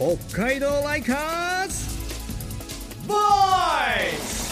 北海道ライカーズボイス。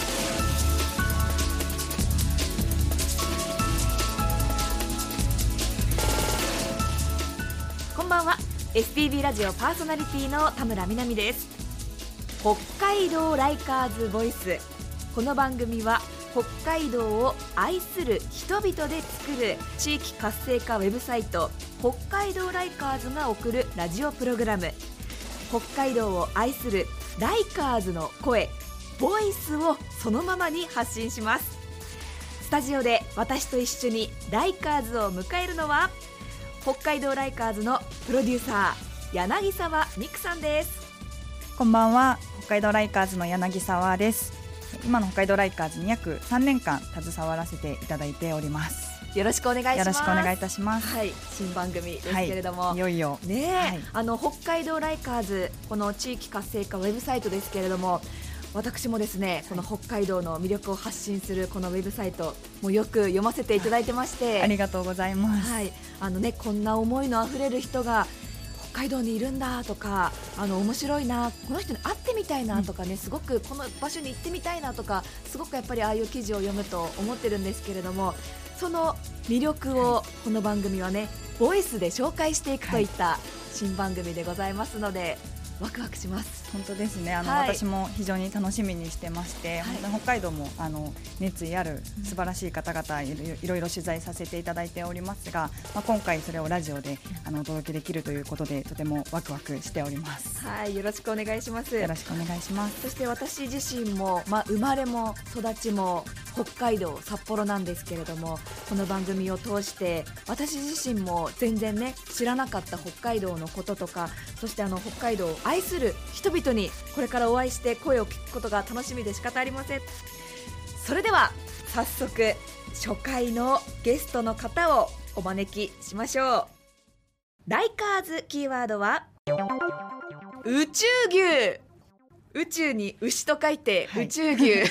こんばんは。 STB ラジオパーソナリティの田村みなみです。北海道ライカーズボイス。この番組は北海道を愛する人々で作る地域活性化ウェブサイト北海道ライカーズが送るラジオプログラム。北海道を愛するライカーズの声ボイスをそのままに発信します。スタジオで私と一緒にライカーズを迎えるのは北海道ライカーズのプロデューサー柳沢美久さんです。 こんばんは。北海道ライカーズの柳沢です。今の北海道ライカーズに約3年間携わらせていただいております。 よろしくお願いします。 よろしくお願いいたします。 はい、新番組ですけれども、 いよいよね、北海道ライカーズ、この地域活性化ウェブサイトですけれども、私もですね、この北海道の魅力を発信するこのウェブサイトもよく読ませていただいてまして、 ありがとうございます。 はい、こんな思いのあふれる人が北海道にいるんだとか、面白いな、この人に会ってみたいなとかね、すごくこの場所に行ってみたいなとか、すごくやっぱりああいう記事を読むと思ってるんですけれども、その魅力をこの番組はね、ボイスで紹介していくといった新番組でございますので、ワクワクします。 本当ですね。私も非常に楽しみにしてまして、本当に北海道も熱意ある素晴らしい方々いろいろ取材させていただいておりますが、今回それをラジオでお届けできるということで、とてもワクワクしております。 はい、よろしくお願いします。 よろしくお願いします。 そして私自身も、生まれも育ちも北海道札幌なんですけれども、この番組を通して私自身も全然ね、知らなかった北海道のこととか、そして北海道を愛する人々にこれからお会いして声を聞くことが楽しみで仕方ありません。それでは早速初回のゲストの方をお招きしましょう。ライカーズキーワードは宇宙牛。宇宙に牛と書いて宇宙牛、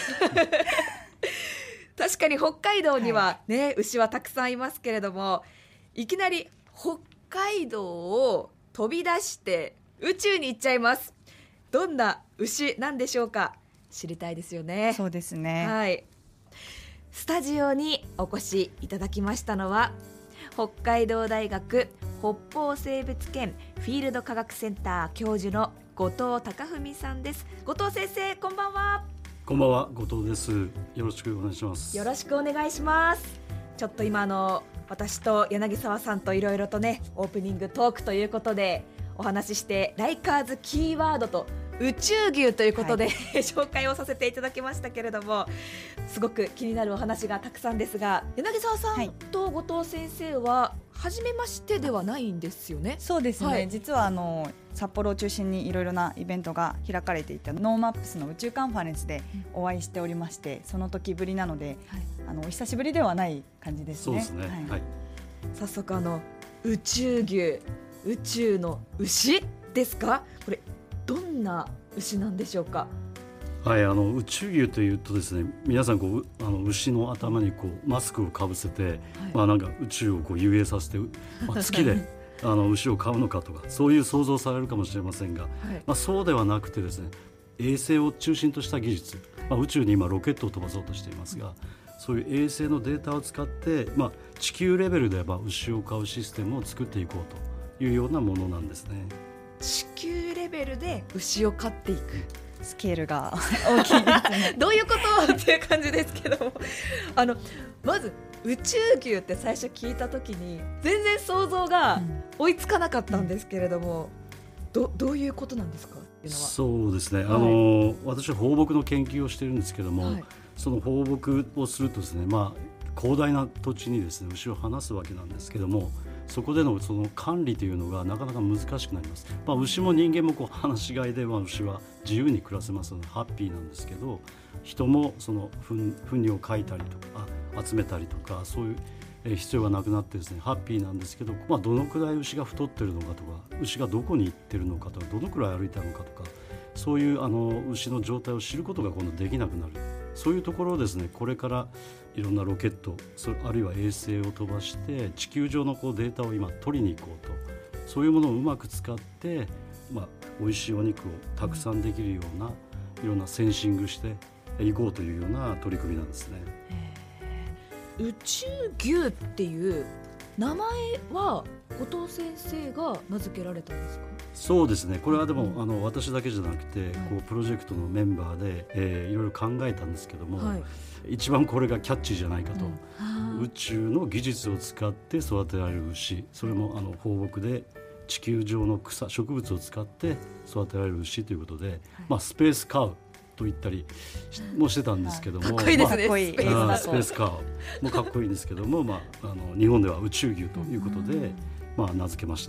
確かに北海道には、牛はたくさんいますけれども、いきなり北海道を飛び出して宇宙に行っちゃいます。どんな牛なんでしょうか。知りたいですよね。 そうですね。 はい、スタジオにお越しいただきましたのは、北海道大学北方生物圏フィールド科学センター教授の後藤貴文さんです。後藤先生、こんばんは。 こんばんは、後藤です。よろしくお願いします。 よろしくお願いします。ちょっと今私と柳沢さんといろいろとね、オープニングトークということでお話しして、ライカーズキーワードと宇宙牛ということで、紹介をさせていただきましたけれども、すごく気になるお話がたくさんですが、柳沢さんと後藤先生は初めましてではないんですよね。 そうですね、実は札幌を中心にいろいろなイベントが開かれていたノーマップスの宇宙カンファレンスでお会いしておりまして、その時ぶりなので、お久しぶりではない感じですね。 そうですね、 早速宇宙牛、宇宙の牛ですか。これどんな牛なんでしょうか。 はい、宇宙牛というとですね、皆さん牛の頭にマスクをかぶせて、なんか宇宙を遊泳させて、月で牛を飼うのかとか、そういう想像されるかもしれませんが、そうではなくてですね、衛星を中心とした技術、宇宙に今ロケットを飛ばそうとしていますが、そういう衛星のデータを使って、地球レベルで牛を飼うシステムを作っていこうというようなものなんですね。 地球レベルで牛を飼っていく、 スケールが大きいですね。 どういうことっていう感じですけども、まず宇宙牛って最初聞いた時に全然想像が追いつかなかったんですけれども、どういうことなんですかっていうのは。 そうですね、私は放牧の研究をしているんですけども、その放牧をするとですね、広大な土地にですね、牛を放すわけなんですけども、そこでのその管理というのがなかなか難しくなります。牛も人間も放し飼いで、牛は自由に暮らせますのでハッピーなんですけど、人もその糞尿をかいたりとか集めたりとか、そういう必要がなくなってですね、ハッピーなんですけど、どのくらい牛が太ってるのかとか、牛がどこに行ってるのかとか、どのくらい歩いたのかとか、そういう牛の状態を知ることが今度できなくなる。そういうところをですね、これからいろんなロケット、あるいは衛星を飛ばして地球上のデータを今取りに行こうと、そういうものをうまく使って、 美味しいお肉をたくさんできるようないろんなセンシングしていこうというような取り組みなんですね。 宇宙牛っていう名前は後藤先生が名付けられたんですか？ そうですね、これはでも私だけじゃなくてこうプロジェクトのメンバーで、いろいろ考えたんですけども、一番これがキャッチーじゃないかと、宇宙の技術を使って育てられる牛、それも放牧で地球上の植物を使って育てられる牛ということで、スペースカウと言ったりもしてたんですけども、 かっこいいですね、 かっこいいスペースカウもかっこいいんですけども、日本では宇宙牛ということで、名付けました。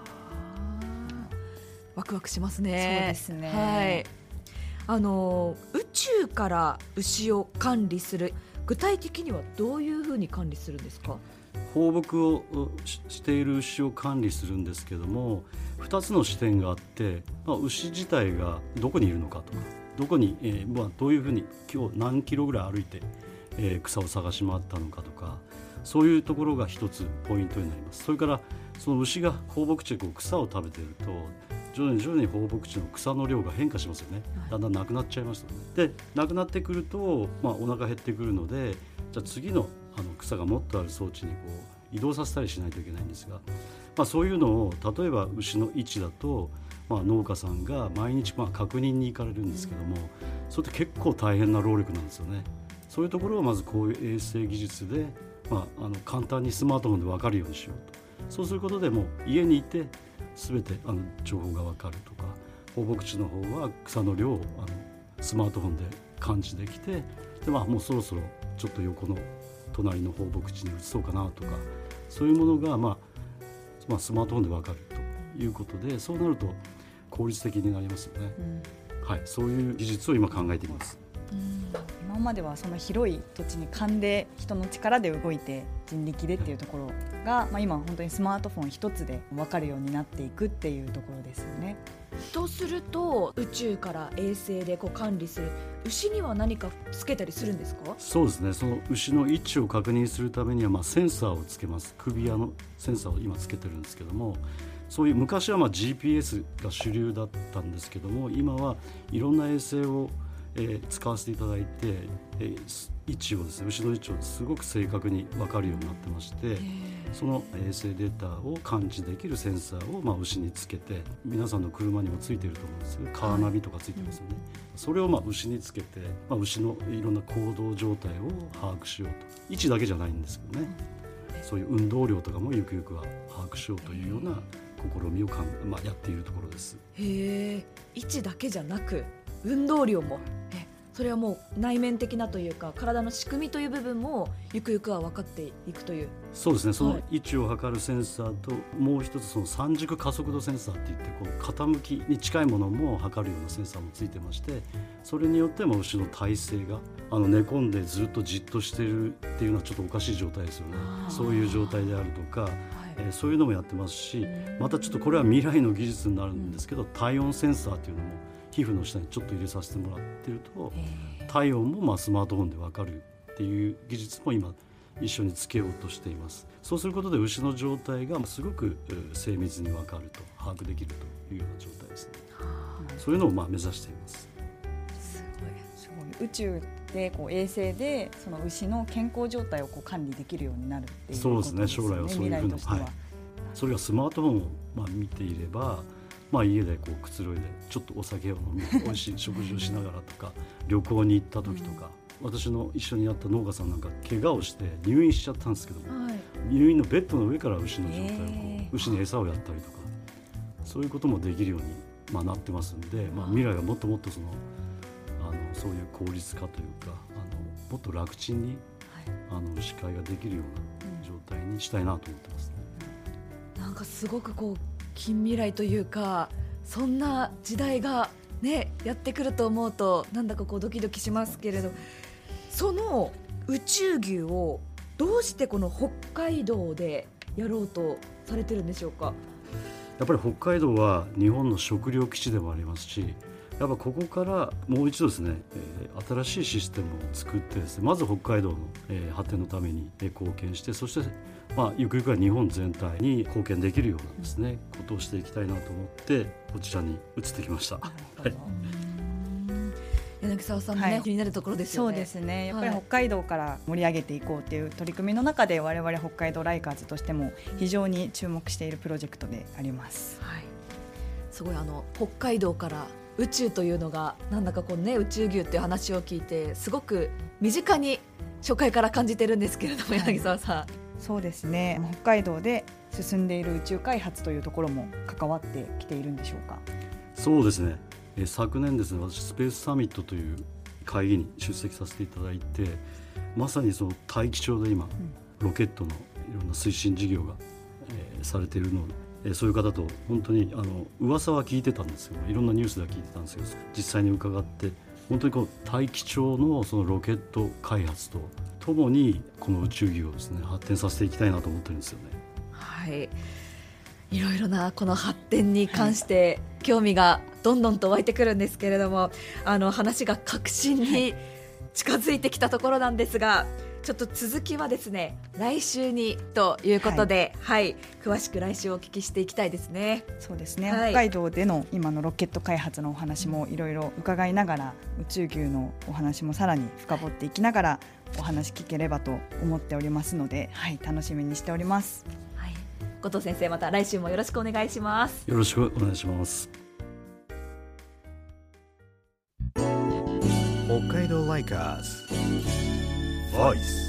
ワクワクしますね。 そうですね、 宇宙から牛を管理する、具体的にはどういうふうに管理するんですか？ 放牧をしている牛を管理するんですけども、2つの視点があって、牛自体がどこにいるのかとか、どこに、どういうふうに今日何キロぐらい歩いて、草を探し回ったのかとか、そういうところが一つポイントになります。それからその牛が放牧地で草を食べていると徐々に放牧地の草の量が変化しますよね。だんだんなくなっちゃいますよね。でなくなってくると、お腹減ってくるので、じゃあ次の草がもっとある装置にこう移動させたりしないといけないんですが、そういうのを例えば牛の位置だと、農家さんが毎日確認に行かれるんですけども、それって結構大変な労力なんですよね。そういうところをまずこういう衛星技術で、簡単にスマートフォンで分かるようにしようと。そうすることでもう家にいて全て情報が分かるとか、放牧地の方は草の量をスマートフォンで感知できて、で、もうそろそろちょっと横の隣の放牧地に移そうかなとか、そういうものが、スマートフォンで分かるということで、そうなると効率的になりますよね。そういう技術を今考えています。 今まではその広い土地に勘で人の力で動いて人力でっていうところが、今本当にスマートフォン一つで分かるようになっていくっていうところですよね。 とすると宇宙から衛星で管理する牛には何かつけたりするんですか？ そうですね、その牛の位置を確認するためには、センサーをつけます。首輪のセンサーを今つけてるんですけども、そういう昔はGPS が主流だったんですけども、今はいろんな衛星を使わせていただいて、位置をですね、牛の位置をすごく正確に分かるようになってまして、その衛星データを感知できるセンサーを牛につけて、皆さんの車にもついていると思うんですけど、カーナビとかついてますよね。それを牛につけて、牛のいろんな行動状態を把握しようと。位置だけじゃないんですけどね、そういう運動量とかもゆくゆくは把握しようというような試みをやっているところです。 位置だけじゃなく運動量も、それはもう内面的なというか体の仕組みという部分もゆくゆくは分かっていくという。 そうですね、その位置を測るセンサーと、もう一つその三軸加速度センサーっていって、こう傾きに近いものも測るようなセンサーもついてまして、それによって牛の体勢が寝込んでずっとじっとしてるっていうのはちょっとおかしい状態ですよね。そういう状態であるとか、そういうのもやってますし、またちょっとこれは未来の技術になるんですけど、体温センサーっていうのも皮膚の下にちょっと入れさせてもらってると、体温もスマートフォンで分かるっていう技術も今一緒につけようとしています。そうすることで牛の状態がすごく精密に分かると、把握できるというような状態ですね。そういうのを目指しています。 すごい宇宙で衛星でその牛の健康状態を管理できるようになるっていうことですね。 そうですね、将来はそういうふうな、それがスマートフォンを見ていれば、家でくつろいでちょっとお酒を飲み美味しい食事をしながらとか、旅行に行った時とか、私の一緒にやった農家さんなんか怪我をして入院しちゃったんですけども、入院のベッドの上から牛の状態を牛に餌をやったりとか、そういうこともできるように、なってますんで、未来はもっともっとそういう効率化というか、もっと楽ちんに、牛飼いができるような状態にしたいなと思ってますね。 なんかすごく近未来というか、そんな時代がやってくると思うとなんだかドキドキしますけれど、その宇宙牛をどうしてこの北海道でやろうとされてるんでしょうか？ やっぱり北海道は日本の食糧基地でもありますし、 やっぱここからもう一度ですね、新しいシステムを作ってですね、まず北海道の、発展のために貢献して、そして、ゆくゆくは日本全体に貢献できるようなですね、ことをしていきたいなと思ってこちらに移ってきました。はい、 柳沢さんもね、気になるところですよね。 そうですね、やっぱり北海道から盛り上げていこうという取り組みの中で、我々北海道ライカーズとしても非常に注目しているプロジェクトであります。 はい、すごい北海道から宇宙というのがなんだかこうね、宇宙牛っていう話を聞いてすごく身近に初回から感じてるんですけれども、柳沢さん。 そうですね、北海道で進んでいる宇宙開発というところも関わってきているんでしょうか。 そうですね、昨年ですね、私スペースサミットという会議に出席させていただいて、まさにその大気町で今、ロケットのいろんな推進事業が、されているので、そういう方と本当に噂は聞いてたんですよ。いろんなニュースでは聞いてたんですけど、実際に伺って本当にこう大気町のそのロケット開発とともにこの宇宙技をですね、発展させていきたいなと思ってるんですよね。 はい、いろいろなこの発展に関して興味がどんどんと湧いてくるんですけれども、話が確信に近づいてきたところなんですが、ちょっと続きはですね、来週にということで、詳しく来週お聞きしていきたいですね。 そうですね、北海道での今のロケット開発のお話もいろいろ伺いながら、宇宙牛のお話もさらに深掘っていきながらお話聞ければと思っておりますので、楽しみにしております。 後藤先生、また来週もよろしくお願いします。 よろしくお願いします。 北海道ライカーズボイス。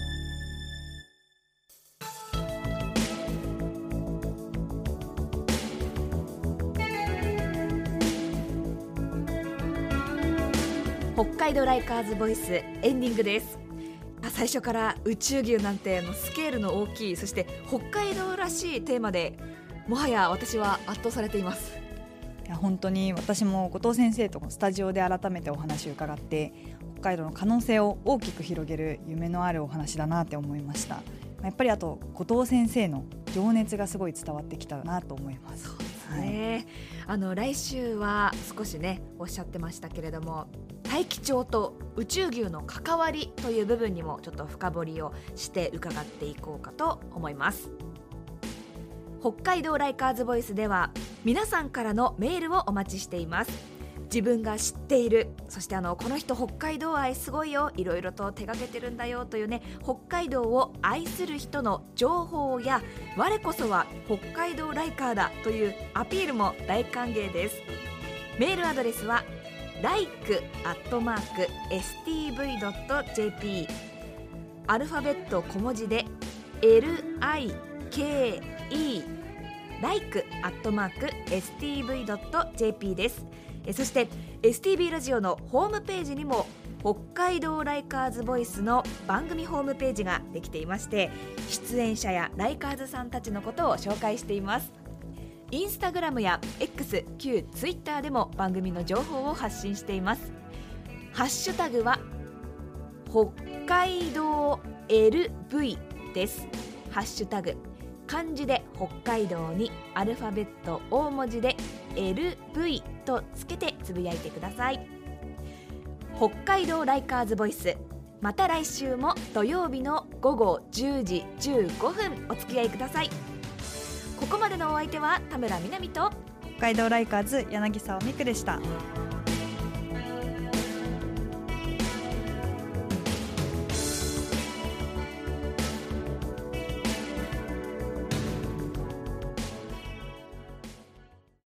北海道ライカーズボイスエンディングです。最初から宇宙牛なんてスケールの大きい、そして北海道らしいテーマで、もはや私は圧倒されています。 いや、本当に私も後藤先生とスタジオで改めてお話を伺って、北海道の可能性を大きく広げる夢のあるお話だなって思いました。やっぱりあと後藤先生の情熱がすごい伝わってきたなと思います。 そうですね、来週は少しねおっしゃってましたけれども、大気町と宇宙牛の関わりという部分にもちょっと深掘りをして伺っていこうかと思います。北海道ライカーズボイスでは皆さんからのメールをお待ちしています。自分が知っている、そしてこの人北海道愛すごいよ、いろいろと手掛けてるんだよというね、北海道を愛する人の情報や、我こそは北海道ライカーだというアピールも大歓迎です。メールアドレスは like@stv.jp、 アルファベット小文字で LIKE like@stv.jp です。そして STV ラジオのホームページにも北海道ライカーズボイスの番組ホームページができていまして、出演者やライカーズさんたちのことを紹介しています。インスタグラムや X、旧ツイッターでも番組の情報を発信しています。ハッシュタグは北海道 LV です。ハッシュタグ漢字で北海道にアルファベット大文字で LV とつけてつぶやいてください。北海道ライカーズボイス、また来週も土曜日の午後10時15分お付き合いください。ここまでのお相手は田村みなみと北海道ライカーズ柳沢美久でした。